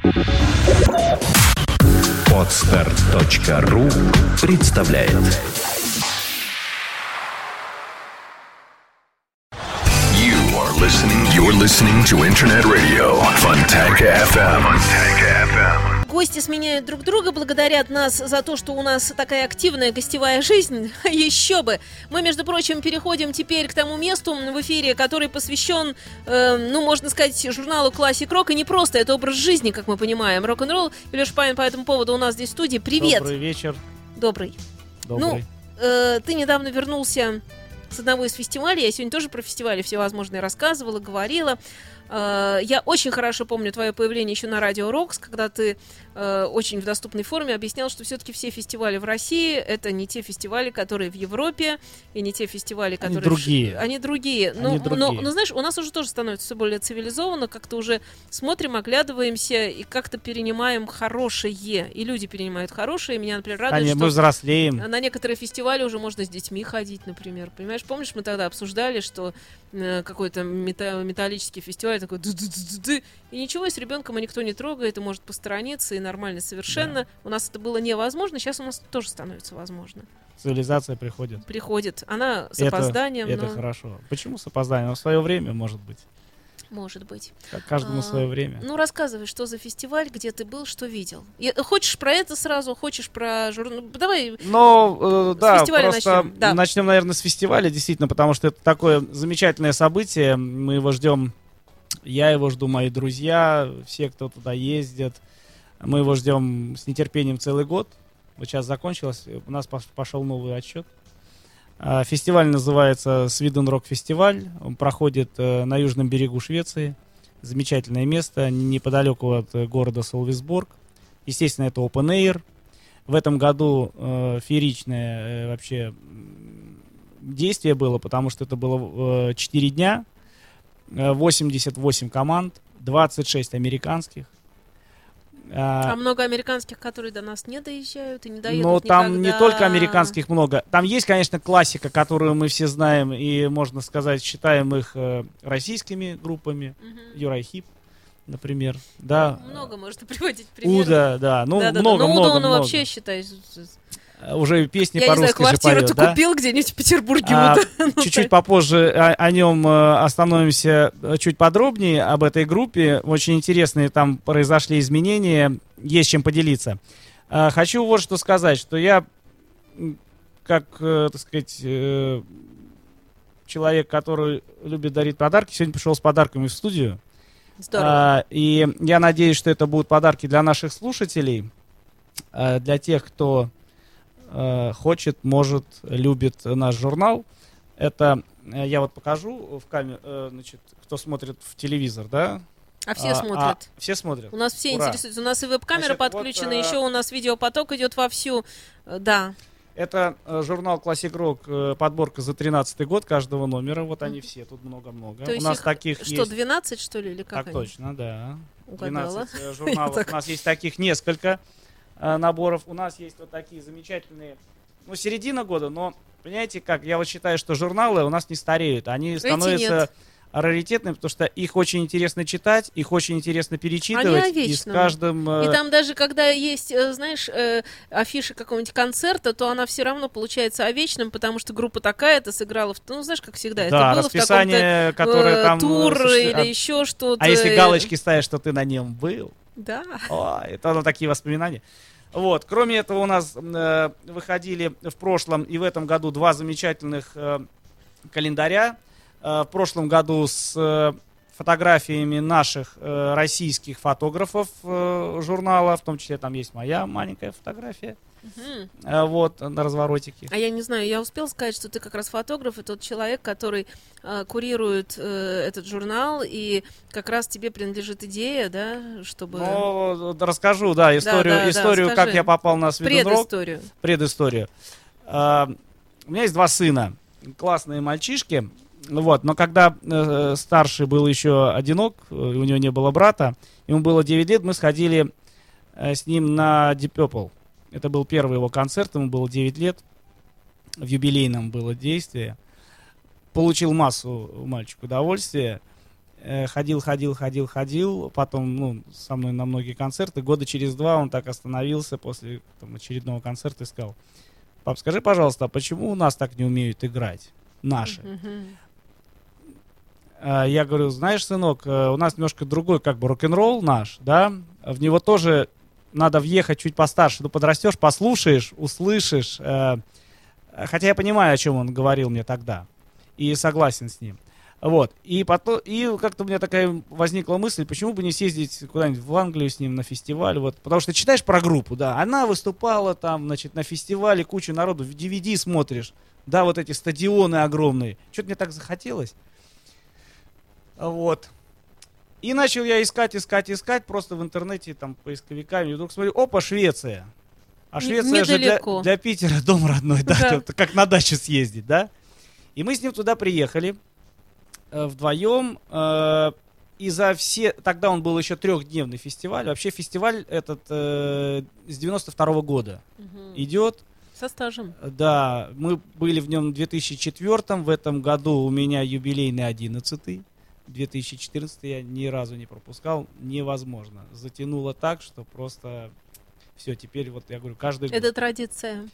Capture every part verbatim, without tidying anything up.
Подстер точка ру представляет. You are listening, you're listening to Internet Radio Fontanka эф эм. Fontanka эф эм. Гости сменяют друг друга, благодарят нас за то, что у нас такая активная гостевая жизнь. Еще бы! Мы, между прочим, переходим теперь к тому месту в эфире, который посвящен, э, ну, можно сказать, журналу Classic Rock. И не просто, это образ жизни, как мы понимаем. Рок-н-ролл. Илюш Павин по этому поводу у нас здесь в студии. Привет! Добрый вечер. Добрый. Добрый. Ну, э, ты недавно вернулся с одного из фестивалей. Я сегодня тоже про фестивали всевозможные рассказывала, говорила. Я очень хорошо помню твое появление еще на Радио Рокс, когда ты э, очень в доступной форме объяснял, что все-таки все фестивали в России — это не те фестивали, которые в Европе, и не те фестивали, которые... Они другие. В... Они другие. Они но, другие. Но, но, знаешь, у нас уже тоже становится все более цивилизованно, как-то уже смотрим, оглядываемся и как-то перенимаем хорошее. И люди перенимают хорошее. Меня, например, радует, Они, что мы взрослеем. на некоторые фестивали уже можно с детьми ходить, например. Понимаешь, помнишь, мы тогда обсуждали, что э, какой-то мета- металлический фестиваль такой ды-ды-ды-ды-ды, и ничего, и с ребенком никто не трогает, и может посторониться, и нормально совершенно. Да. У нас это было невозможно, сейчас у нас тоже становится возможно. Цивилизация приходит. Приходит. Она с это, опозданием. Это но... хорошо. Почему с опозданием? В свое время, может быть. Может быть. Как каждому а, свое время. Ну, рассказывай, что за фестиваль, где ты был, что видел. И, хочешь про это сразу, хочешь про журнал? Давай ну, э, да, фестиваля просто начнем. Да. Начнем, наверное, с фестиваля, действительно, потому что это такое замечательное событие. Мы его ждем, я его жду, мои друзья, все, кто туда ездит. Мы его ждем с нетерпением целый год. Вот сейчас закончилось, у нас пошел новый отсчет. Фестиваль называется Sweden Rock Фестиваль. Он проходит на южном берегу Швеции. Замечательное место, неподалеку от города Солвесборг. Естественно, это Open Air. В этом году э, фееричное э, вообще действие было, потому что это было э, четыре дня, восемьдесят восемь команд, двадцать шесть американских. А, а много американских, которые до нас не доезжают и не доедут Ну, там никогда. не только американских много. Там есть, конечно, классика, которую мы все знаем и, можно сказать, считаем их э, российскими группами. Uh-huh. Юрай Хип, например. Да. Много можно приводить примеры. Уда, да. Ну, да, да, много, да. Но много, Уда, он много. вообще, считай... Уже песни Я по-русски не знаю, квартиру же ты поет, купил да? где-нибудь в Петербурге. А, ну, чуть-чуть так. попозже о, о нем э, остановимся чуть подробнее, об этой группе. Очень интересные там произошли изменения, есть чем поделиться. А, хочу вот что сказать, что я, как, э, так сказать, э, человек, который любит дарить подарки, сегодня пришел с подарками в студию. Здорово. А, и я надеюсь, что это будут подарки для наших слушателей, а, для тех, кто... хочет, может, любит наш журнал. Это я вот покажу в камеру, значит, кто смотрит в телевизор, да? А все а, смотрят. А, все смотрят. У нас все Ура. интересуются. У нас и веб-камера Значит, подключена, вот, еще у нас видеопоток идет вовсю. Да. Это журнал Classic Rock, подборка за тринадцатый год каждого номера. Вот они все, тут много-много. То у есть нас их, таких что, есть... двенадцать, что ли, или как Так они? точно, да. Угадала. двенадцать журналов. У нас есть таких несколько э, наборов. У нас есть вот такие замечательные... Ну, середина года, но, понимаете, как, я вот считаю, что журналы у нас не стареют. Они Эти становятся нет. раритетными, потому что их очень интересно читать, их очень интересно перечитывать. Они и с каждым... И там даже, когда есть, знаешь, э, афиша какого-нибудь концерта, то она все равно получается о вечном, потому что группа такая-то сыграла, в, ну, знаешь, как всегда, да, это было расписание, в таком-то которое э, там... тур слушайте, или а, еще что-то. А если галочки ставишь, что ты на нем был? Да. О, это ну, такие воспоминания. Вот. Кроме этого, у нас э, выходили в прошлом и в этом году два замечательных э, календаря. Э, в прошлом году с э, фотографиями наших э, российских фотографов э, журнала, в том числе там есть моя маленькая фотография. Угу. э, вот, на разворотике. А я не знаю, я успела сказать, что ты как раз фотограф и тот человек, который э, курирует э, этот журнал, и как раз тебе принадлежит идея, да, чтобы... Ну, расскажу, да, историю, да, да, историю да, как я попал на Sweden Rock. Предысторию. Предысторию. Uh, у меня есть два сына, классные мальчишки, вот, но когда uh, старший был еще одинок, uh, у него не было брата, ему было девять лет, мы сходили uh, с ним на Deep Purple. Это был первый его концерт, ему было девять лет, в юбилейном было действие. Получил массу мальчик удовольствия. э, ходил, ходил, ходил, ходил, потом, ну, со мной на многие концерты. Года через два он так остановился после там, очередного концерта и сказал: пап, скажи, пожалуйста, а почему у нас так не умеют играть? Наши. Mm-hmm. э, я говорю, знаешь, сынок, э, у нас немножко другой как бы рок-н-ролл наш, да, в него тоже надо въехать чуть постарше. Ну, подрастешь, послушаешь, услышишь. Э, хотя я понимаю, о чем он говорил мне тогда. И согласен с ним. Вот. И, потом, и как-то у меня такая возникла мысль, почему бы не съездить куда-нибудь в Англию с ним на фестиваль. Вот. Потому что читаешь про группу, да, она выступала там, значит, на фестивале, кучу народу, в ди ви ди смотришь, да, вот эти стадионы огромные. Что-то мне так захотелось. Вот. И начал я искать, искать, искать, просто в интернете, там, поисковиками. И вдруг смотрю, опа, Швеция. А Швеция же для, для Питера дом родной, да, да. Это как на дачу съездить, да. И мы с ним туда приехали э, вдвоем. Э, и за все... Тогда он был еще трехдневный фестиваль. Вообще фестиваль этот э, с девяносто второго года угу. идет. Со стажем. Да, мы были в нем в две тысячи четвёртом. В этом году у меня юбилейный одиннадцатый. две тысячи четырнадцатый я ни разу не пропускал. Невозможно. Затянуло так, что просто... Все, теперь вот я говорю, каждый год. Это традиция.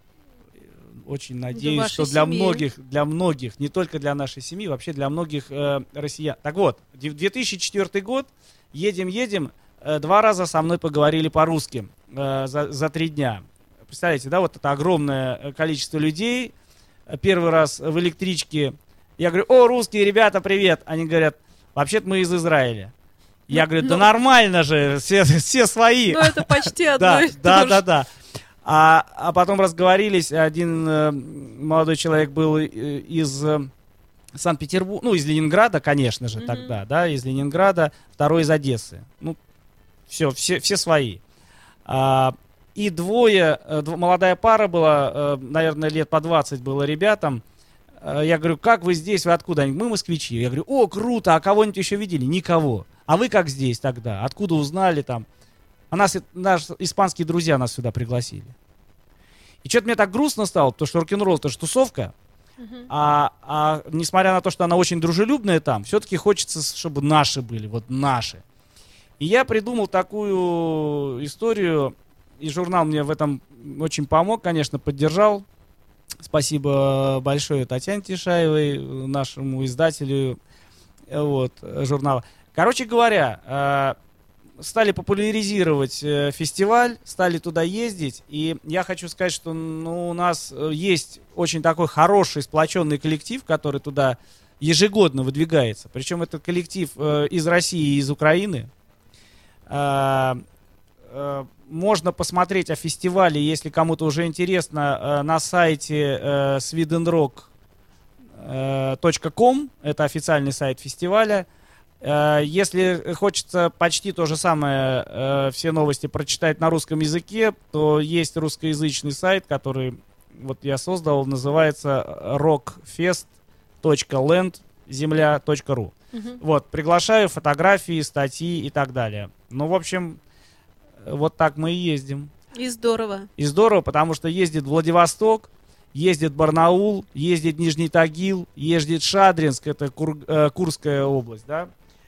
Очень надеюсь, что для семьи. многих, для многих, не только для нашей семьи, вообще для многих э, россиян. Так вот, две тысячи четвёртый год, едем-едем, э, два раза со мной поговорили по-русски э, за, за три дня. Представляете, да, вот это огромное количество людей. Первый раз в электричке я говорю, о, русские ребята, привет. Они говорят, вообще-то мы из Израиля. Я говорю, да ну, нормально же, все, все свои. Ну, это почти одно и то же. Да, да, да. А, а потом разговорились, один э, молодой человек был из э, Санкт-Петербурга, ну, из Ленинграда, конечно же, mm-hmm. тогда, да, из Ленинграда, второй из Одессы. Ну, все, все, все свои. А, и двое, э, дв- молодая пара была, э, наверное, лет по двадцать было ребятам. Э, я говорю, как вы здесь, вы откуда? Они, мы москвичи. Я говорю, о, круто, а кого-нибудь еще видели? Никого. А вы как здесь тогда? Откуда узнали там? А нас, наши испанские друзья нас сюда пригласили. И что-то мне так грустно стало, потому что рок-н-ролл это же тусовка. Uh-huh. А, а несмотря на то, что она очень дружелюбная там, все-таки хочется, чтобы наши были, вот наши. И я придумал такую историю, и журнал мне в этом очень помог, конечно, поддержал. Спасибо большое Татьяне Тишаевой, нашему издателю вот, журнала. Короче говоря, стали популяризировать э, фестиваль, стали туда ездить, и я хочу сказать, что ну, у нас есть очень такой хороший сплоченный коллектив, который туда ежегодно выдвигается. Причем это коллектив э, из России и из Украины. Э, э, можно посмотреть о фестивале, если кому-то уже интересно, э, на сайте э, swedenrock точка ком, это официальный сайт фестиваля. Если хочется почти то же самое, э, все новости прочитать на русском языке, то есть русскоязычный сайт, который вот я создал, называется rockfest точка land земля точка ру. Угу. Вот, приглашаю фотографии, статьи и так далее. Ну, в общем, вот так мы и ездим. И здорово. И здорово, потому что ездит Владивосток, ездит Барнаул, ездит Нижний Тагил, ездит Шадринск, это Кур, э, Курская область, да.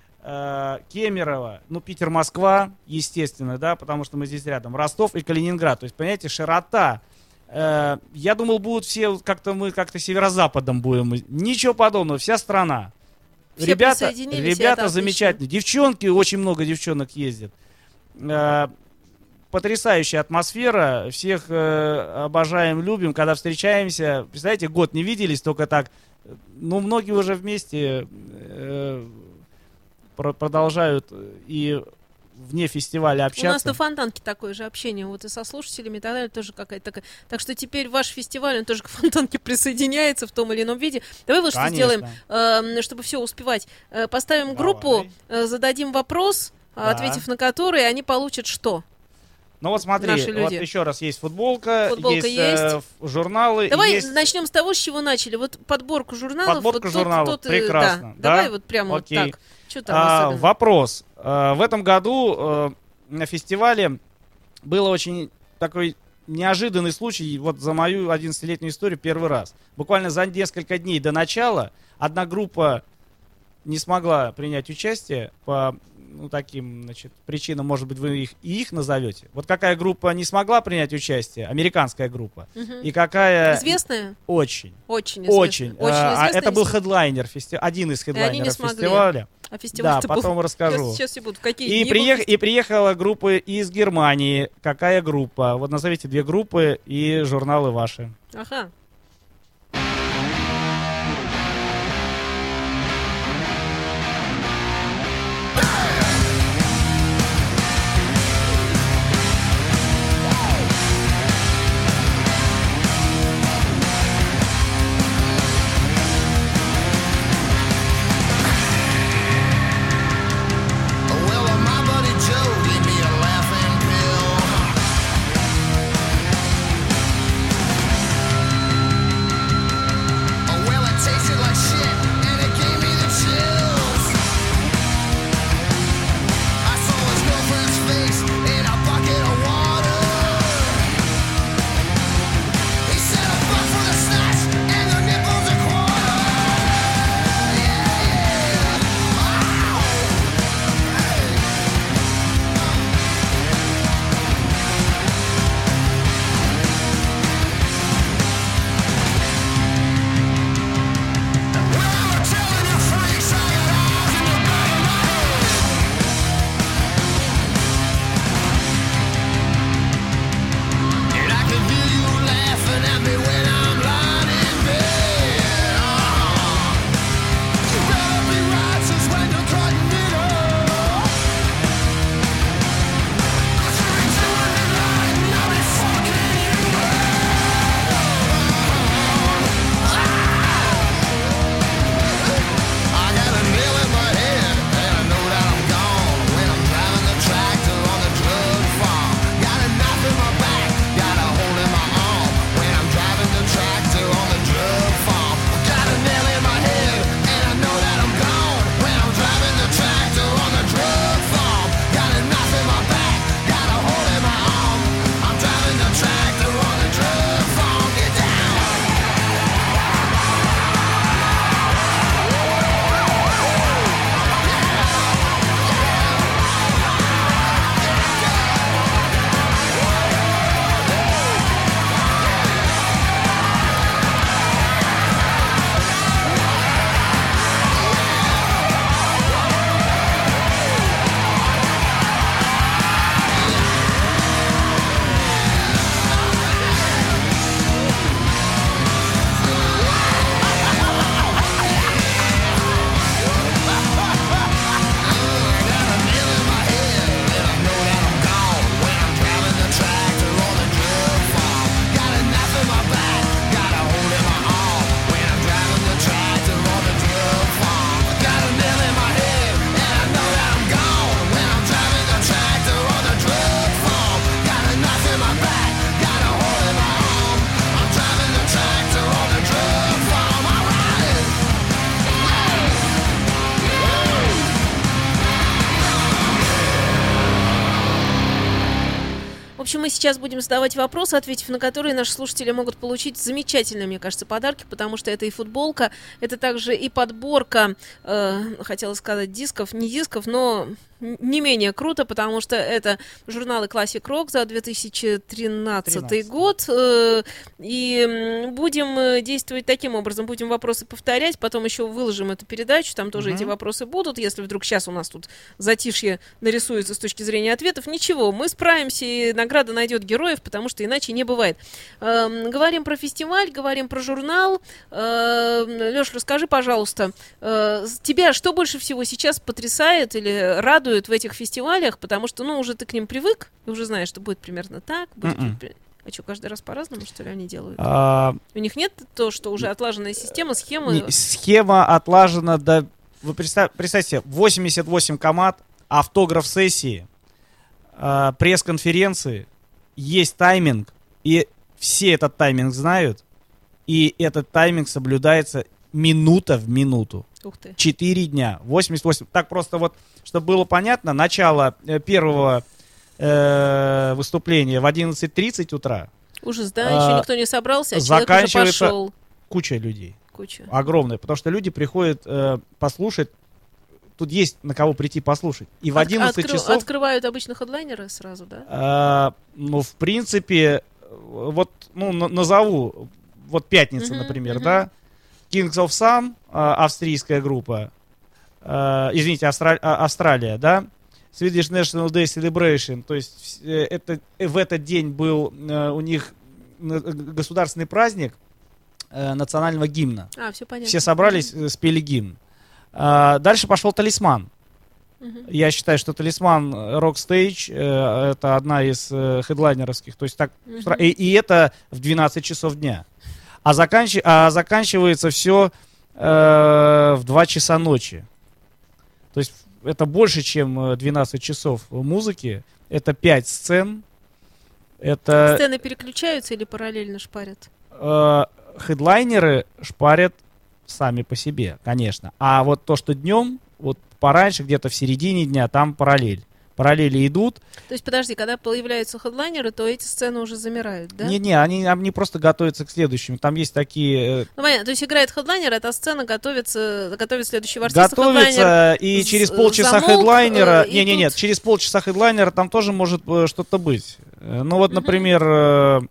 Кемерово, ну, Питер, Москва, естественно, да, потому что мы здесь рядом, Ростов и Калининград, то есть, понимаете, широта. Э, я думал, будут все, как-то мы как-то северо-западом будем, ничего подобного, вся страна. Все ребята, ребята замечательные, девчонки, очень много девчонок ездят. Э, потрясающая атмосфера, всех э, обожаем, любим, когда встречаемся, представляете, год не виделись, только так, ну, многие уже вместе э, продолжают и вне фестиваля общаться. У нас на Фонтанке такое же общение, вот и со слушателями и так далее, тоже какая-то такая. Так что теперь ваш фестиваль, он тоже к Фонтанке присоединяется в том или ином виде. Давай вот что сделаем, э, чтобы все успевать. Э, поставим Давай. группу, э, зададим вопрос, да. ответив на который, они получат что? Ну вот смотри, вот еще раз, есть футболка, футболка есть, есть. Э, журналы. Давай есть... начнем с того, с чего начали. Вот подборку журналов. Подборка вот журналов, тот, тот, прекрасно. Да. Да? Давай вот прямо Окей. вот так. Что там а, особенно? Вопрос. А, в этом году а, на фестивале был очень такой неожиданный случай. Вот за мою одиннадцатилетнюю историю первый раз. Буквально за несколько дней до начала одна группа не смогла принять участие по ну, таким, значит, причинам, может быть, вы их и их назовете. Вот какая группа не смогла принять участие, американская группа, Угу. и какая... Известная? Очень. Очень известная. Очень. Очень А, известная, это был если- хедлайнер, фести... один из И они не хедлайнеров смогли. фестиваля. А фестиваль Да, потом расскажу. Сейчас, сейчас все будут. Какие И, дни приех... будут? и приехала группа из Германии. Какая группа? Вот назовите две группы и журналы ваши. Ага. Well, my buddy Joe gave me a laughing pill. Oh, well, it tasted like shit, and it gave me the chills. I saw his girlfriend's face in a bucket of water. He said a buck for the snatch and the nipples a quarter. Yeah, yeah. Wow. And I can hear you laughing at me when I'm lying in bed. Uh-huh. You better be righteous when you're cutting it up. 'Cause you ain't doing it right, and I'll be fucking you I got a nail in my head, and I know that I'm gone when I'm driving the tractor on the drug farm. Got a knife in my back, got a hole in my arm when I'm driving the tractor on the drug farm. Got a nail in my head, and I know that I'm gone when I'm driving the tractor on the drug farm. Got a knife in my back, got a hole in my arm. I'm driving the tractor on the drug farm. Get down. В общем, мы сейчас будем задавать вопросы, ответив на которые наши слушатели могут получить замечательные, мне кажется, подарки, потому что это и футболка, это также и подборка, э, хотела сказать, дисков, не дисков, но не менее круто, потому что это журналы Classic Rock за две тысячи тринадцатый год. Э, и будем действовать таким образом, будем вопросы повторять, потом еще выложим эту передачу, там тоже Мгм. эти вопросы будут. Если вдруг сейчас у нас тут затишье нарисуется с точки зрения ответов, ничего, мы справимся, и награда найдет героев, потому что иначе не бывает. Эм, говорим про фестиваль, говорим про журнал. Эм, Леш, расскажи, пожалуйста, э, тебя что больше всего сейчас потрясает или радует в этих фестивалях, потому что, ну, уже ты к ним привык, и уже знаешь, что будет примерно так. Будет Мгм. при- А что, каждый раз по-разному, что ли, они делают? А, У них нет то, что уже отлаженная система, схемы? не- схема отлажена до... Вы представь- представьте, восемьдесят восемь команд, автограф-сессии, а, пресс-конференции, есть тайминг, и все этот тайминг знают, и этот тайминг соблюдается минута в минуту. Ух ты. Четыре дня, восемьдесят восемь. Так просто вот, чтобы было понятно, начало э, первого э, выступления в одиннадцать тридцать утра, Ужас, да? А, Еще никто не собрался, а человек уже заканчивается- пошел. куча людей. Куча. Огромное, потому что люди приходят э, послушать тут есть на кого прийти послушать. И в От- одиннадцать откры- часов... Открывают обычно хедлайнеры сразу, да? А, ну, в принципе, вот, ну, на- назову, вот пятница, Мгм, например, мгм. да, Kings of Sun, а, австрийская группа, а, извините, Австра- а, Австралия, да, Swedish National Day Celebration, то есть э, это, э, в этот день был э, у них на- государственный праздник э, национального гимна. А, все понятно. Все собрались, э, спели гимн. А, дальше пошел Талисман. Мгм. Я считаю, что Талисман Rock Stage э, это одна из э, хедлайнеровских. То есть так, Мгм. стра- и, и это в двенадцать часов дня. А, заканчи- а заканчивается все в два часа ночи. То есть это больше, чем э, двенадцать часов музыки. Это пять сцен. Это Сцены переключаются или параллельно шпарят? э, хедлайнеры шпарят сами по себе, конечно. А вот то, что днем, вот пораньше, где-то в середине дня, там параллель. Параллели идут. То есть, подожди, когда появляются хедлайнеры, то эти сцены уже замирают, да? Не-не, они, они просто готовятся к следующим. Там есть такие... э, Ну, понятно, то есть играет хедлайнер, эта сцена готовится, готовит следующего артиста. готовится, и з- через полчаса замолк, хедлайнера... э, и Не-не-не, тут- через полчаса хедлайнера там тоже может э, что-то быть. Э, Ну вот, Мгм. например, э,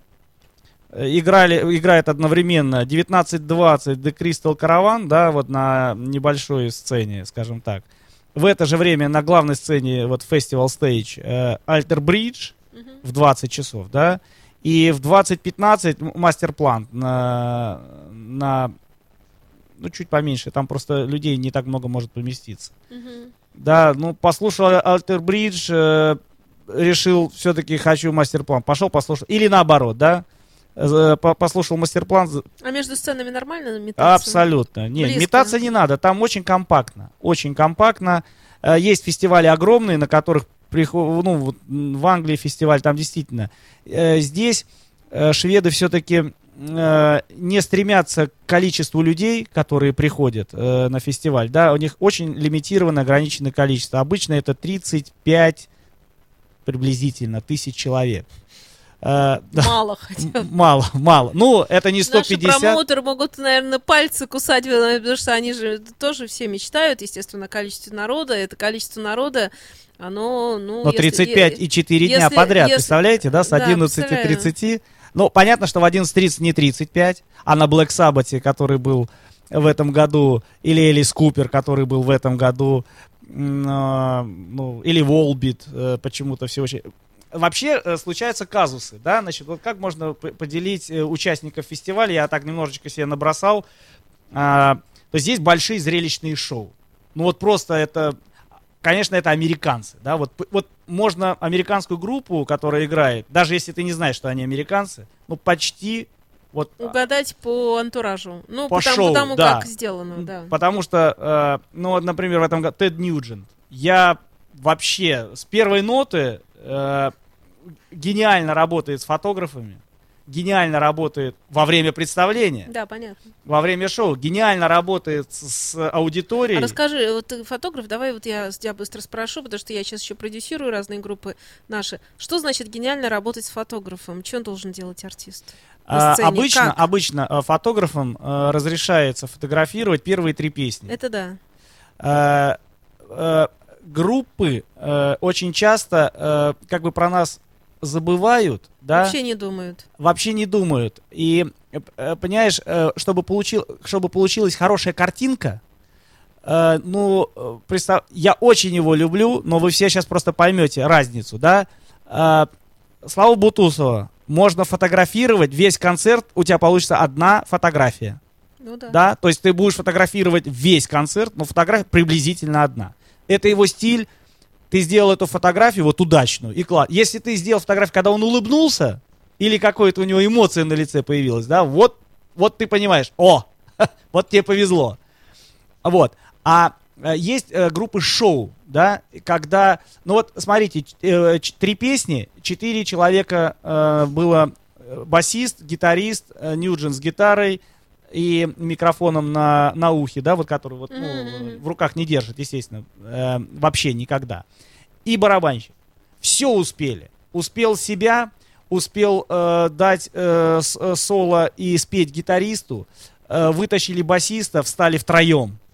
э, играли, играет одновременно девятнадцать двадцать The Crystal Caravan, да, вот на небольшой сцене, скажем так. В это же время на главной сцене, вот Festival Stage, э, Alter Bridge Мгм. в двадцать часов, да, и в двадцать пятнадцать мастер-план на, на, ну, чуть поменьше, там просто людей не так много может поместиться. Мгм. Да, ну, послушал Alter Bridge, э, решил, все-таки хочу мастер-план, пошел послушал, или наоборот, да, Э, по- послушал мастер-план, з- А между сценами нормально метаться? абсолютно. Нет, Близко. метаться не надо, там очень компактно, очень компактно. Э, Есть фестивали огромные, на которых приход... ну, вот, м, в Англии фестиваль, там действительно. Э, Здесь э, шведы все-таки не стремятся к количеству людей, которые приходят э, на фестиваль, да, у них очень лимитированное, ограниченное количество. Обычно это тридцать пять приблизительно тысяч человек. Э, да, Мало хотя бы. мало, мало. Ну, это не сто Наши пятьдесят. промоутеры могут, наверное, пальцы кусать, потому что они же тоже все мечтают, естественно, о количестве народа. Это количество народа, оно, ну... Ну, если- тридцать пять и четыре дня если- подряд, если- представляете, да, с да, одиннадцати тридцати. Ну, понятно, что в одиннадцать тридцать не тридцать пять, а на Black Sabbath, который был в этом году, или Элис Купер, который был в этом году, м, а, ну, или Волбит, э, почему-то все очень... Вообще э, случаются казусы, да, значит, вот как можно п- поделить э, участников фестиваля, я так немножечко себе набросал, а, то здесь большие зрелищные шоу. Ну вот просто это, конечно, это американцы, да, вот, п- вот можно американскую группу, которая играет, даже если ты не знаешь, что они американцы, ну почти вот... Угадать по антуражу. Ну, По потому, шоу, потому да. как сделано, да. Потому что, э, ну вот, например, в этом году Тед Ньюджент, я вообще с первой ноты э, гениально работает с фотографами, гениально работает во время представления, Да, понятно. во время шоу, гениально работает с, с аудиторией. А расскажи, вот ты фотограф, давай вот я с тебя быстро спрошу, потому что я сейчас еще продюсирую разные группы наши. Что значит гениально работать с фотографом? Что он должен делать артист? На А, сцене? обычно, Как? обычно э, фотографам э, разрешается фотографировать первые три песни. Это да. Э, э, группы э, очень часто э, как бы про нас забывают, да, Вообще не думают. вообще не думают. И, э, э, понимаешь, э, чтобы, получил, чтобы получилась хорошая картинка, э, ну, э, представ... я очень его люблю, но вы все сейчас просто поймете разницу, да. Э, Славу Бутусова можно фотографировать весь концерт, у тебя получится одна фотография. Ну да. Да, то есть ты будешь фотографировать весь концерт, но фотография приблизительно одна. Это его стиль. Ты сделал эту фотографию вот удачную и класс. Если ты сделал фотографию, когда он улыбнулся, или какой-то у него эмоция на лице появилась, да, вот, вот ты понимаешь, о, вот тебе повезло. Вот. А э, есть э, группы шоу, да, когда, ну вот смотрите, э, ч- три песни, четыре человека э, было, э, басист, гитарист, э, Ньюджин с гитарой, и микрофоном на, на ухе, да, вот который вот, ну, Мгм. в руках не держит, естественно, э, вообще никогда. И барабанщик. Все успели. Успел себя, успел э, дать э, с- э, соло и спеть гитаристу, э, вытащили басиста, встали втроем.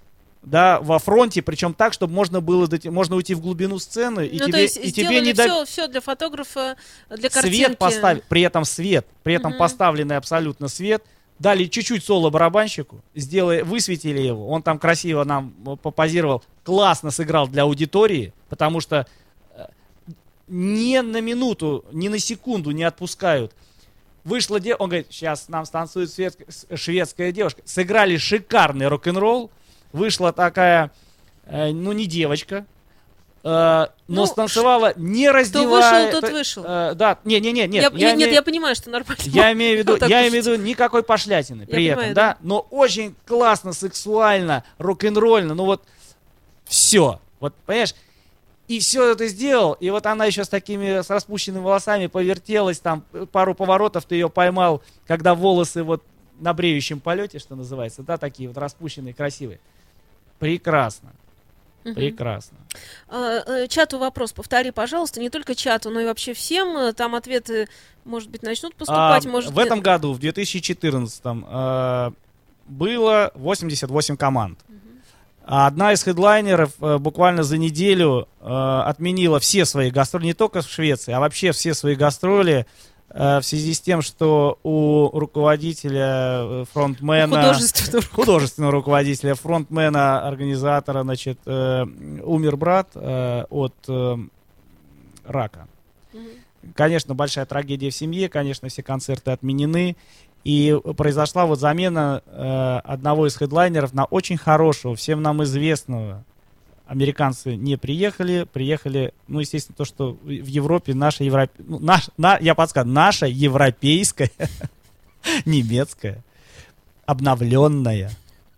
да, во фронте, причем так, чтобы можно было дойти- можно уйти в глубину сцены, и Ну, то тебе, есть и тебе не сделали дать все, все для фотографа, для картинки. свет поставить, при этом свет, при этом Мгм. поставленный абсолютно свет, дали чуть-чуть соло барабанщику, сделали, высветили его, он там красиво нам попозировал, классно сыграл для аудитории, потому что э, ни на минуту, ни на секунду не отпускают. Вышла девушка, он говорит, сейчас нам станцует светская- с- шведская девушка. Сыграли шикарный рок-н-ролл. Вышла такая, э, ну не девочка, э, но Ну, станцевала, не Кто раздевая. вышел, тот это- вышел. э, да, не-не-не, нет. я, я нет, имею- я понимаю, что нормально. я имею в виду, Вот так я уж. имею в виду никакой пошлятины при этом, понимаю, да? да. Но очень классно, сексуально, рок-н-ролльно, ну вот все. Вот, понимаешь? И все это сделал, и вот она еще с такими, с распущенными волосами повертелась, там пару поворотов ты ее поймал, когда волосы вот на бреющем полете, что называется, да, такие вот распущенные, красивые. Прекрасно, Мгм. прекрасно. А, э, Чату вопрос повтори, пожалуйста, не только чату, но и вообще всем. Э, Там ответы, может быть, начнут поступать, А, может в этом году, в две тысячи четырнадцатом, э, было восемьдесят восемь команд. А одна из хедлайнеров э, буквально за неделю э, отменила все свои гастроли, не только в Швеции, а вообще все свои гастроли э, в связи с тем, что у руководителя, э, фронтмена, художественного. художественного руководителя, фронтмена, организатора, значит, э, умер брат э, от э, рака. Мгм. Конечно, большая трагедия в семье, конечно, все концерты отменены. И произошла вот замена э, одного из хедлайнеров на очень хорошего, всем нам известного. Американцы не приехали, приехали, ну, естественно, то, что в Европе наша европе... ну, наш, на, я подсказываю, наша европейская, немецкая, обновленная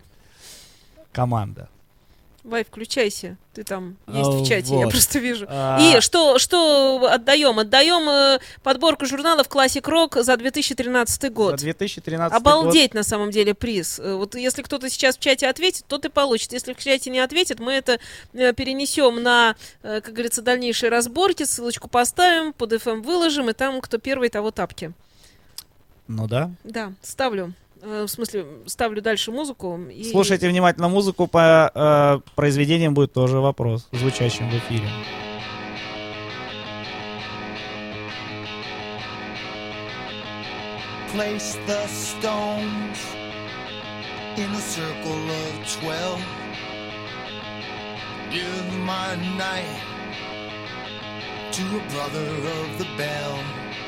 команда. Вай, включайся. Ты там есть А, в чате, я вот. просто вижу. А, И что, что отдаем? Отдаем э, подборку журналов Classic Rock за две тысячи тринадцатый За год. две тысячи тринадцатый год. Обалдеть, на самом деле, приз. Э, Вот если кто-то сейчас в чате ответит, тот и получит. Если в чате не ответит, мы это э, перенесем на, э, как говорится, дальнейшие разборки. Ссылочку поставим, под эф эм выложим, и там, кто первый, того тапки. Ну да. Да, ставлю. Э, В смысле, ставлю дальше музыку. И... Слушайте внимательно музыку, по э, произведениям будет тоже вопрос, звучащим в эфире. Place the stones in a circle of twelve. Give my night to a brother of the bell.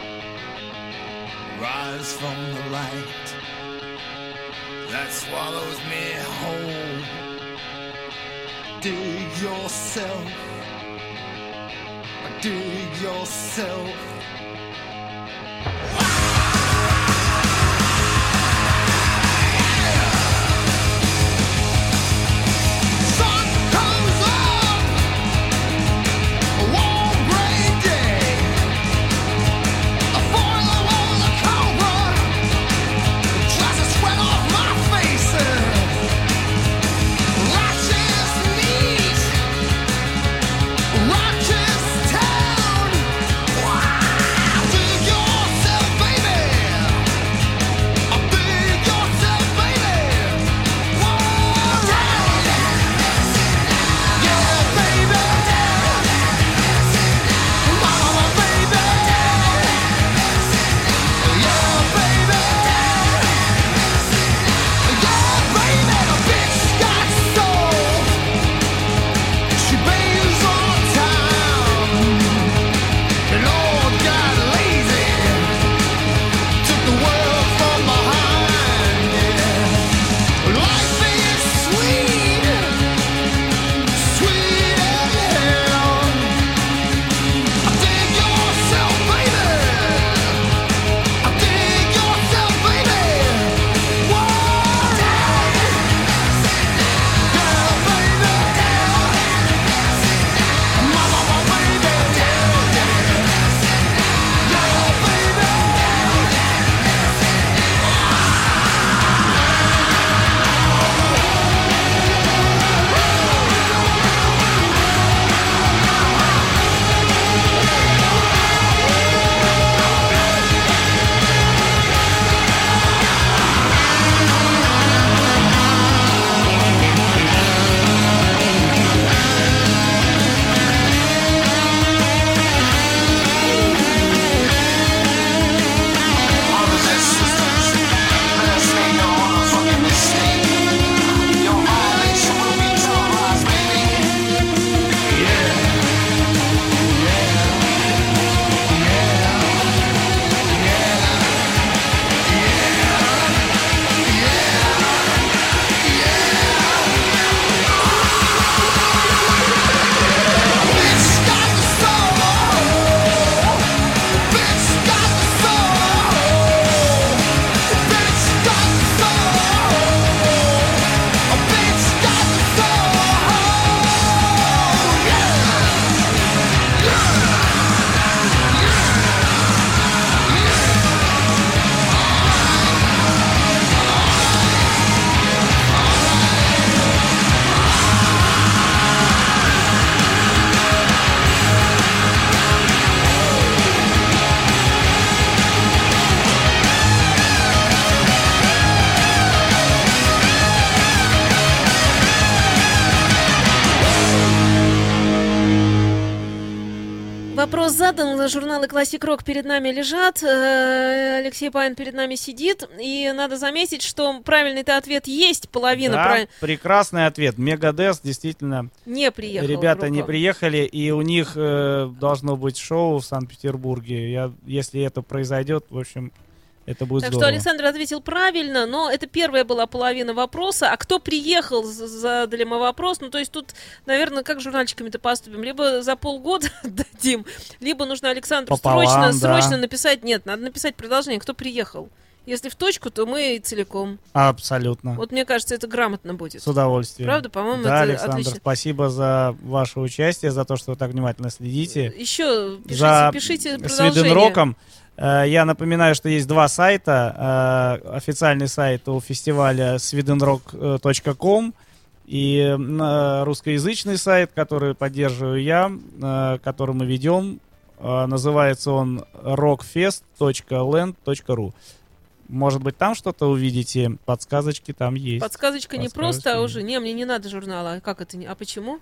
Rise from the light that swallows me whole. Dig yourself, dig yourself. Sun comes up, a warm gray day. A foil on the cobra tries to sweat off my face. Righteous meat, righteous town. Wow. задан, журналы Classic Rock перед нами лежат, э, Алексей Панин перед нами сидит, и надо заметить, что правильный-то ответ есть, половина Да, правильно. прекрасный ответ. Мегадес действительно. Не приехал. Ребята Руко. не приехали, и у них э, должно быть шоу в Санкт-Петербурге. Я, если это произойдет, в общем, это будет Так здорово. что Александр ответил правильно, но это первая была половина вопроса. А кто приехал, з- задали мы вопрос. Ну, то есть тут, наверное, как с журнальчиками-то поступим? Либо за полгода дадим, либо нужно Александру Пополам, срочно, да. срочно написать. Нет, надо написать продолжение, кто приехал. Если в точку, то мы целиком. Абсолютно. Вот мне кажется, это грамотно будет. С удовольствием. Правда, по-моему, Да, это Александр, отлично. спасибо за ваше участие, за то, что вы так внимательно следите. Еще пишите, За пишите Sweden продолжение. Rock'ом. Э, Я напоминаю, что есть два сайта. Э, Официальный сайт у фестиваля свиден рок точка ком и э, русскоязычный сайт, который поддерживаю я, э, который мы ведем. Э, Называется он рокфест точка ленд точка ру. Может быть, там что-то увидите, подсказочки там есть. Подсказочка не Подсказочка просто, а есть. уже. Не, мне не надо журнала. А как это? не- А почему?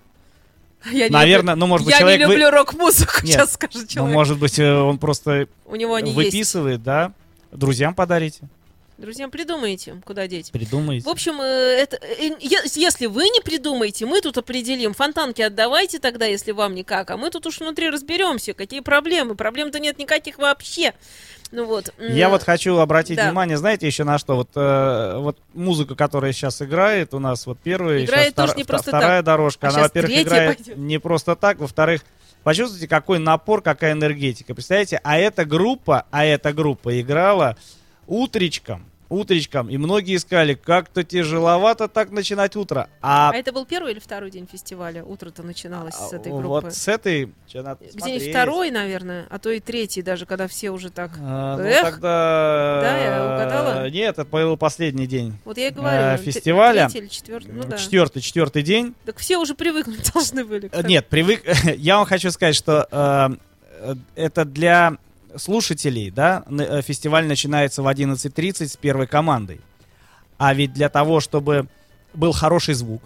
Я не Наверное, люблю- ну, может быть, Я человек... не вы- люблю рок-музыку, Нет, сейчас скажет Ну, человек. может быть, э, он просто У него они есть. выписывает, да? Друзьям подарите, Друзьям, придумайте, куда деть. придумаете. В общем, э, это, э, е- если вы не придумаете, мы тут определим. Фонтанки отдавайте тогда, если вам никак. А мы тут уж внутри разберемся, какие проблемы. Проблем-то нет никаких вообще. Ну вот. м, Я вот хочу обратить да. внимание, знаете, еще на что? Вот, э, вот музыка, которая сейчас играет, у нас вот первая, Играет щас тоже втор- не вта- просто вторая дорожка. А Она, щас во-первых, третья играет пойдет. не просто так, во-вторых, почувствуйте, какой напор, какая энергетика. Представляете, а эта группа, а эта группа играла утречком. Утречком, и многие сказали, как-то тяжеловато так начинать утро. А, А это был первый или второй день фестиваля? Утро-то начиналось с этой группы. вот с этой... чё, надо Где-нибудь посмотреть. второй, наверное, а то и третий даже, когда все уже так. А, ну, Эх. тогда... Да, я угадала? Нет, это был последний день. Вот я и говорю. Э, т- фестиваля. Третий или четвертый, ну да. Четвертый, четвертый день. Так все уже привыкнуть должны были. Э, Нет, привык. Я вам хочу сказать, что э, э, это для слушателей, да, н- э, фестиваль начинается в одиннадцать тридцать с первой командой. А ведь для того, чтобы был хороший звук,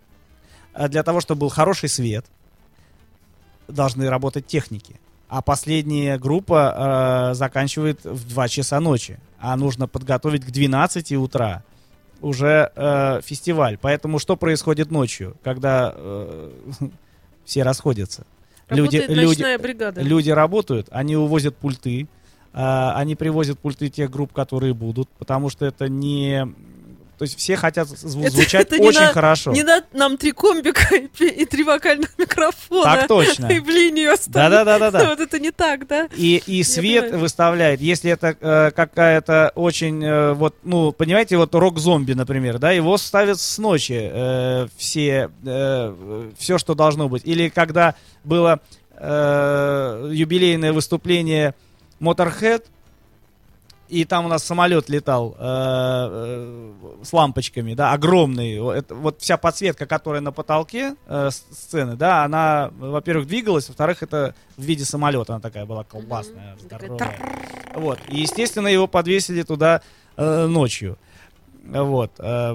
а для того, чтобы был хороший свет, должны работать техники. А последняя группа э, заканчивает в два часа ночи. А нужно подготовить к двенадцати утра уже э, фестиваль. Поэтому что происходит ночью, когда э, все расходятся? Работает люди, ночная бригада. люди работают, они увозят пульты, а, они привозят пульты тех групп, которые будут, потому что это не... То есть все хотят зву- Это- звучать это не очень на- хорошо. Не надо нам три комбика и, пи- и три вокальных микрофона. Так точно. И в линию оставить. Да-да-да-да-да. Вот это не так, да? И, и свет понимаю. выставляет, если это э, какая-то очень, э, вот, ну, понимаете, вот рок-зомби, например, да, его ставят с ночи э, все, э, все, что должно быть. Или когда было э, юбилейное выступление Motorhead, и там у нас самолет летал э, э, с лампочками, да, огромный. Это, вот вся подсветка, которая на потолке э, с- сцены, да, она, во-первых, двигалась, во-вторых, это в виде самолета, она такая была колбасная, Мгм. здоровая. Такая Вот. И, естественно, его подвесили туда э, ночью. Вот. э,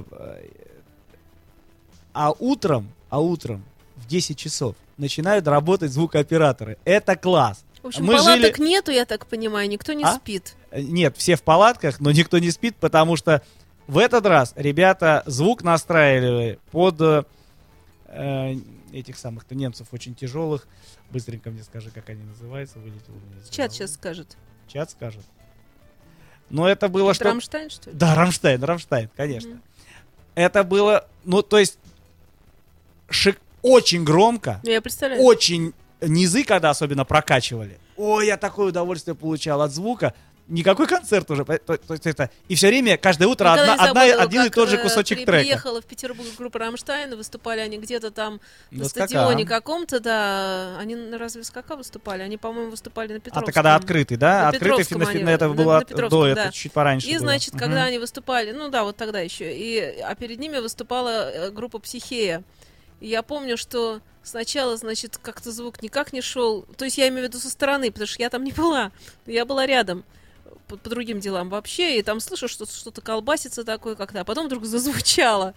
а утром, а утром в десять часов начинают работать звукооператоры. Это класс. В общем, Мы палаток жили- нету, я так понимаю, никто не А? спит. Нет, все в палатках, но никто не спит, потому что в этот раз ребята звук настраивали под э, э, этих самых-то немцев очень тяжелых. Быстренько мне скажи, как они называются. Вылетел у меня из Чат головы. сейчас скажет. Чат скажет. Но это было что... Рамштайн, что ли? Да, Рамштайн, Рамштайн, конечно. Мгм. Это было, ну, то есть, шик... очень громко, Ну, я представляю. очень низы, когда особенно прокачивали. Ой, я такое удовольствие получал от звука. Никакой концерт уже. То, то- то есть это... И все время, каждое утро Никогда одна, не одна- забуду, один и как, тот же э, кусочек при- трека. Приехала в Петербург группа Рамштайн, выступали они где-то там на На стадионе СКК. каком-то, да. Они на разве в СКК выступали? Они, по-моему, выступали на А Петровском. ты когда открытый, да? На Открытый Петровском фи- они, на- это на- было на от- Петровском, до, да. это чуть пораньше И, было. значит, Мгм. когда они выступали, ну да, вот тогда еще, и, а перед ними выступала э, группа «Психея». И я помню, что сначала, значит, как-то звук никак не шел, то есть я имею в виду со стороны, потому что я там не была, я была рядом по, по другим делам вообще, и там слышу, что что-то колбасится такое как-то, а потом вдруг зазвучало.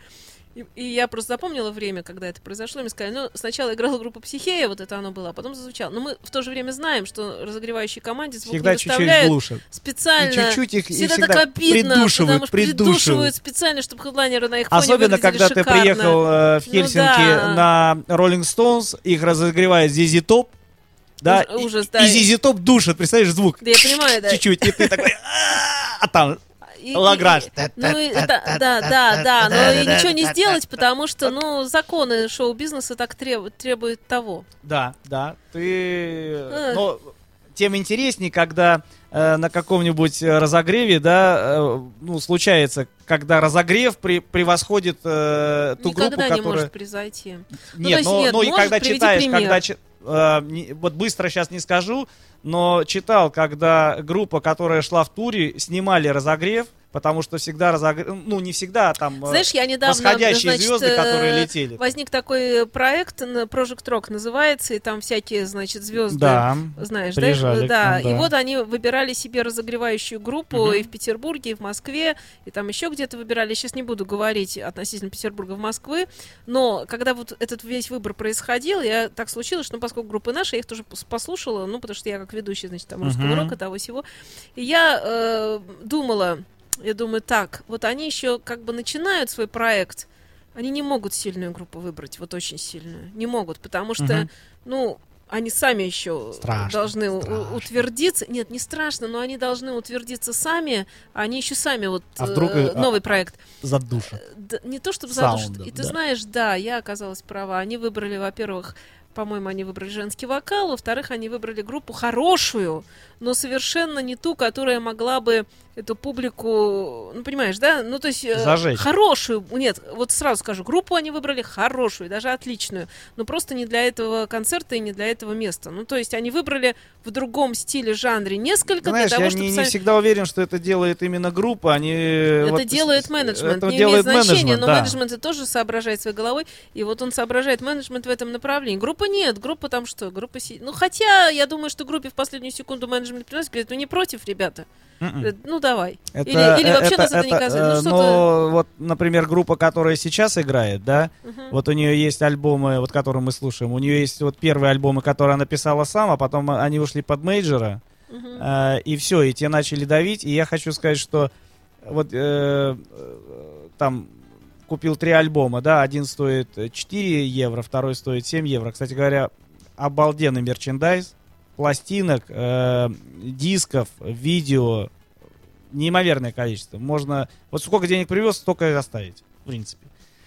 И, и я просто запомнила время, когда это произошло, и мне сказали, ну, сначала играла группа «Психея», вот это оно было, а потом зазвучало. Но мы в то же время знаем, что разогревающей команде звук Всегда не чуть-чуть выставляют глушат. специально. И чуть-чуть их и всегда, всегда так обидно, придушивают, потому что придушивают. придушивают специально, чтобы хедлайнеры на их фоне Особенно, выглядели когда ты шикарно. приехал э, в Ну Хельсинки да. на Rolling Stones, их разогревает Зи Зи Топ, да, Уж- и- ужас, и да. Зи Зи Топ душит, представляешь, звук Да, я понимаю, да. чуть-чуть, и ты такой, «А-а-а», а там И- и- Лаграж. Ну, и это- да, да, да, но и ничего не сделать, потому что, ну, законы шоу-бизнеса так требуют, требуют того. Да, да, ты... Эх. Но тем интереснее, когда э, на каком-нибудь разогреве, да, э, ну, случается, когда разогрев при- превосходит э, ту Никогда группу, не которая... может произойти. Ну, то Нет, есть, но, нет, но и может, когда приведи читаешь, пример. когда... чи- э, не- вот быстро сейчас не скажу, но читал, когда группа, которая шла в туре, снимали разогрев, потому что всегда разогрев... Ну, не всегда, а там... э, Знаешь, я недавно, восходящие значит, звезды, которые э, летели. возник такой проект, н- Project Rock называется, и там всякие, значит, звезды, Да, знаешь, да, приезжали к да, нам, и да. вот они выбирали себе разогревающую группу Мгм. и в Петербурге, и в Москве, и там еще где-то выбирали. Я сейчас не буду говорить относительно Петербурга, в Москвы, но когда вот этот весь выбор происходил, я так случилось, что, ну, поскольку группы наши, я их тоже пос- послушала, ну, потому что я как ведущая, значит, там русского Мгм. рока, того всего, и я э, думала, я думаю, так, вот они еще как бы начинают свой проект, они не могут сильную группу выбрать, вот очень сильную, не могут, потому что, Мгм. ну, они сами еще Страшно, должны у- страшно. утвердиться. Нет, не страшно, но они должны утвердиться сами, а они еще сами вот А вдруг э, и- а- новый проект. Задушат. Да, не то чтобы Саундом, задушат. И ты да. знаешь, да, я оказалась права. Они выбрали, во-первых, по-моему, они выбрали женский вокал, во-вторых, они выбрали группу хорошую, но совершенно не ту, которая могла бы эту публику, ну, понимаешь, да? Ну, то есть... э, Зажечь. Хорошую, нет, вот сразу скажу, группу они выбрали хорошую, даже отличную, но просто не для этого концерта и не для этого места. Ну, то есть они выбрали в другом стиле, жанре несколько Знаешь, для того, я чтобы... не, не сами- всегда уверен, что это делает именно группа, они... Это вот делает с- менеджмент, это не делает имеет значения, менеджмент, но да. менеджмент это тоже соображает своей головой, и вот он соображает менеджмент в этом направлении. Группа нет, группа там что, группа... си- Ну, хотя, я думаю, что группе в последнюю секунду менеджмент приносит, говорит, ну, не против, ребята, М-м. Говорит, ну, давай. Это- или, или вообще это- нас это не это, касается. э, Ну, что-то... но вот, например, группа, которая сейчас играет, да, Мгм. вот у нее есть альбомы, вот которые мы слушаем, у нее есть вот первые альбомы, которые она писала сама, потом они ушли под мейджора, Мгм. э, и все, и те начали давить, и я хочу сказать, что вот э, э, там купил три альбома, да, один стоит четыре евро, второй стоит семь евро, кстати говоря, обалденный мерчендайз, пластинок, э, дисков, видео, неимоверное количество. Можно, вот сколько денег привез, столько и оставить, в принципе.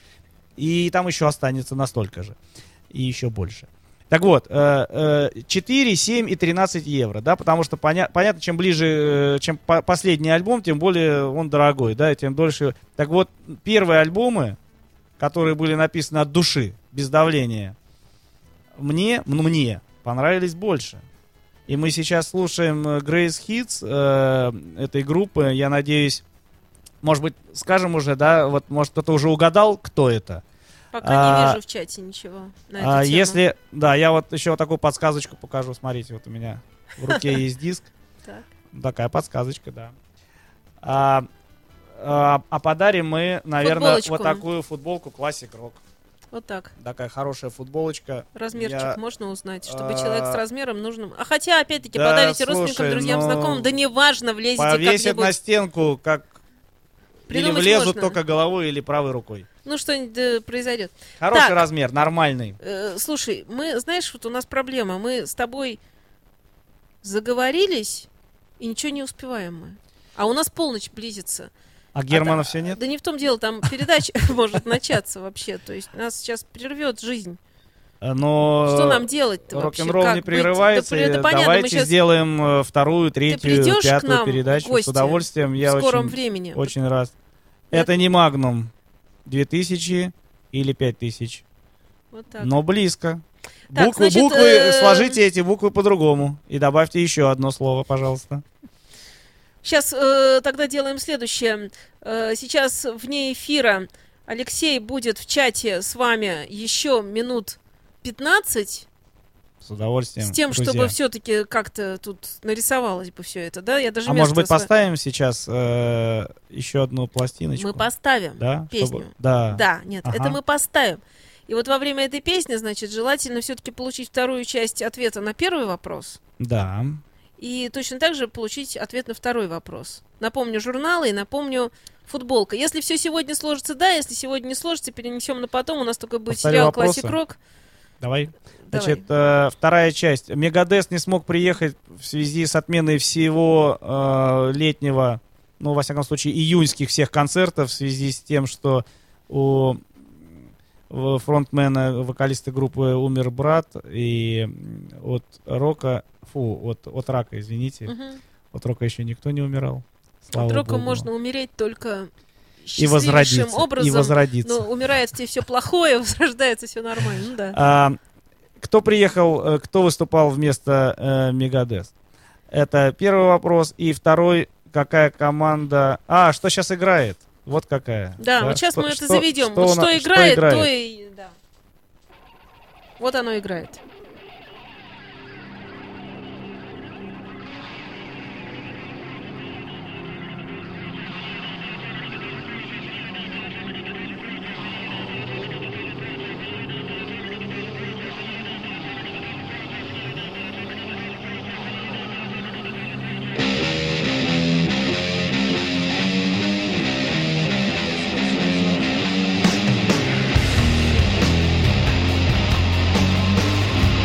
И там еще останется настолько же. И еще больше. Так вот, э, э, четыре, семь и тринадцать евро, да, потому что поня- понятно, чем ближе, э, чем по- последний альбом, тем более он дорогой, да, и тем дольше. Так вот, первые альбомы, которые были написаны от души, без давления, мне, ну, мне понравились больше. И мы сейчас слушаем э, Grace Hits э, этой группы. Я надеюсь, может быть, скажем уже, да, вот, может, кто-то уже угадал, кто это. Пока а, не вижу в чате ничего на эту А, тему. если, да, я вот еще вот такую подсказочку покажу. Смотрите, вот у меня в руке есть диск. Так. Такая подсказочка, да. А, а, а подарим мы, наверное, Футболочку. вот такую футболку Classic Rock. Вот так. Такая хорошая футболочка. Размерчик Я- можно узнать, чтобы а, человек с размером нужным. А хотя, опять-таки, да, подарите родственникам, слушай, друзьям, ну, знакомым, да неважно, влезете Повесят как-нибудь. на стенку, как или Придумать влезут можно. только головой или правой рукой. Ну, что-нибудь да, произойдет. Хороший Так. размер, нормальный. Э, слушай, мы, знаешь, вот у нас проблема. Мы с тобой заговорились, и ничего не успеваем мы. А у нас полночь близится. А Германа А, все нет? Да не в том дело, там передача может начаться вообще. То есть нас сейчас прервет жизнь. Но Что нам делать-то вообще? рок-н-ролл Как не быть? прерывается. Да, и да понятно, мы давайте сейчас сделаем э, вторую, третью, придешь к пятую нам в передачу гости с удовольствием. Я в скором очень, времени. очень рад. Я- Это не Магнум две тысячи или пять тысяч, Вот так. но близко. Так, Буквы, значит, буквы, э, сложите эти буквы по-другому и добавьте еще одно слово, пожалуйста. Сейчас э, тогда делаем следующее. Э, сейчас вне эфира Алексей будет в чате с вами еще минут пятнадцать. С удовольствием. С тем, друзья. чтобы все-таки как-то тут нарисовалось бы все это, да? Я даже А место может быть, сво- поставим сейчас э, еще одну пластиночку? Мы поставим Да? песню. Чтобы- Да. Да, нет, Ага. это мы поставим. И вот во время этой песни, значит, желательно все-таки получить вторую часть ответа на первый вопрос. Да. И точно так же получить ответ на второй вопрос. Напомню журналы и напомню футболка. Если все сегодня сложится, да. Если сегодня не сложится, перенесем на потом. У нас только будет Повторю сериал вопросы. «Классик Рок». Давай. Давай. Значит, э, вторая часть. Мегадес не смог приехать в связи с отменой всего э, летнего, ну, во всяком случае, июньских всех концертов в связи с тем, что у у фронтмена, вокалиста группы умер брат, и от рока, фу, от, от рака, извините, Мгм. от рока еще никто не умирал. Слава От рока Богу. можно умереть только И счастливейшим возродиться. образом. И возродиться. Но умирает в тебе все плохое, возрождается все нормально. Ну да. А, кто приехал, э, кто выступал вместо э, Мегадес? Это первый вопрос. И второй, какая команда... А, что сейчас играет? Вот какая. Да, вот сейчас Что- мы это что- заведем. Что, Вот она- что что играет, играет? то и... Да. Вот оно играет. Thank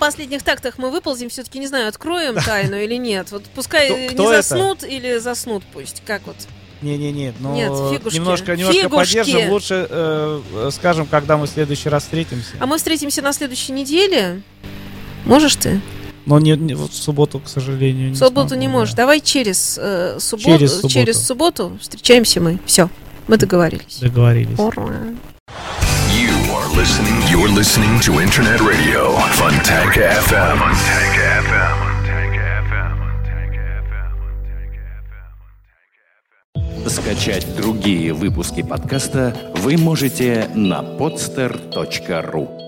последних тактах мы выползем, все-таки не знаю, откроем тайну или нет. Вот пускай Кто- не кто это? заснут или заснут пусть. Как вот? Не-не-не, но Нет, фигушки. немножко, немножко Фигушки. поддержим. Лучше э, э, скажем, когда мы в следующий раз встретимся. А мы встретимся на следующей неделе. Можешь ты? Но не, не- вот в субботу, к сожалению, не В субботу смогу, не да. можешь. Давай через, э, субботу, Через субботу. через субботу встречаемся мы. Все, мы договорились. Договорились. Ура. You are listening. You're listening to Internet Radio Fontanka эф эм. Fontanka эф эм. Скачать другие выпуски подкаста вы можете на podster точка ру.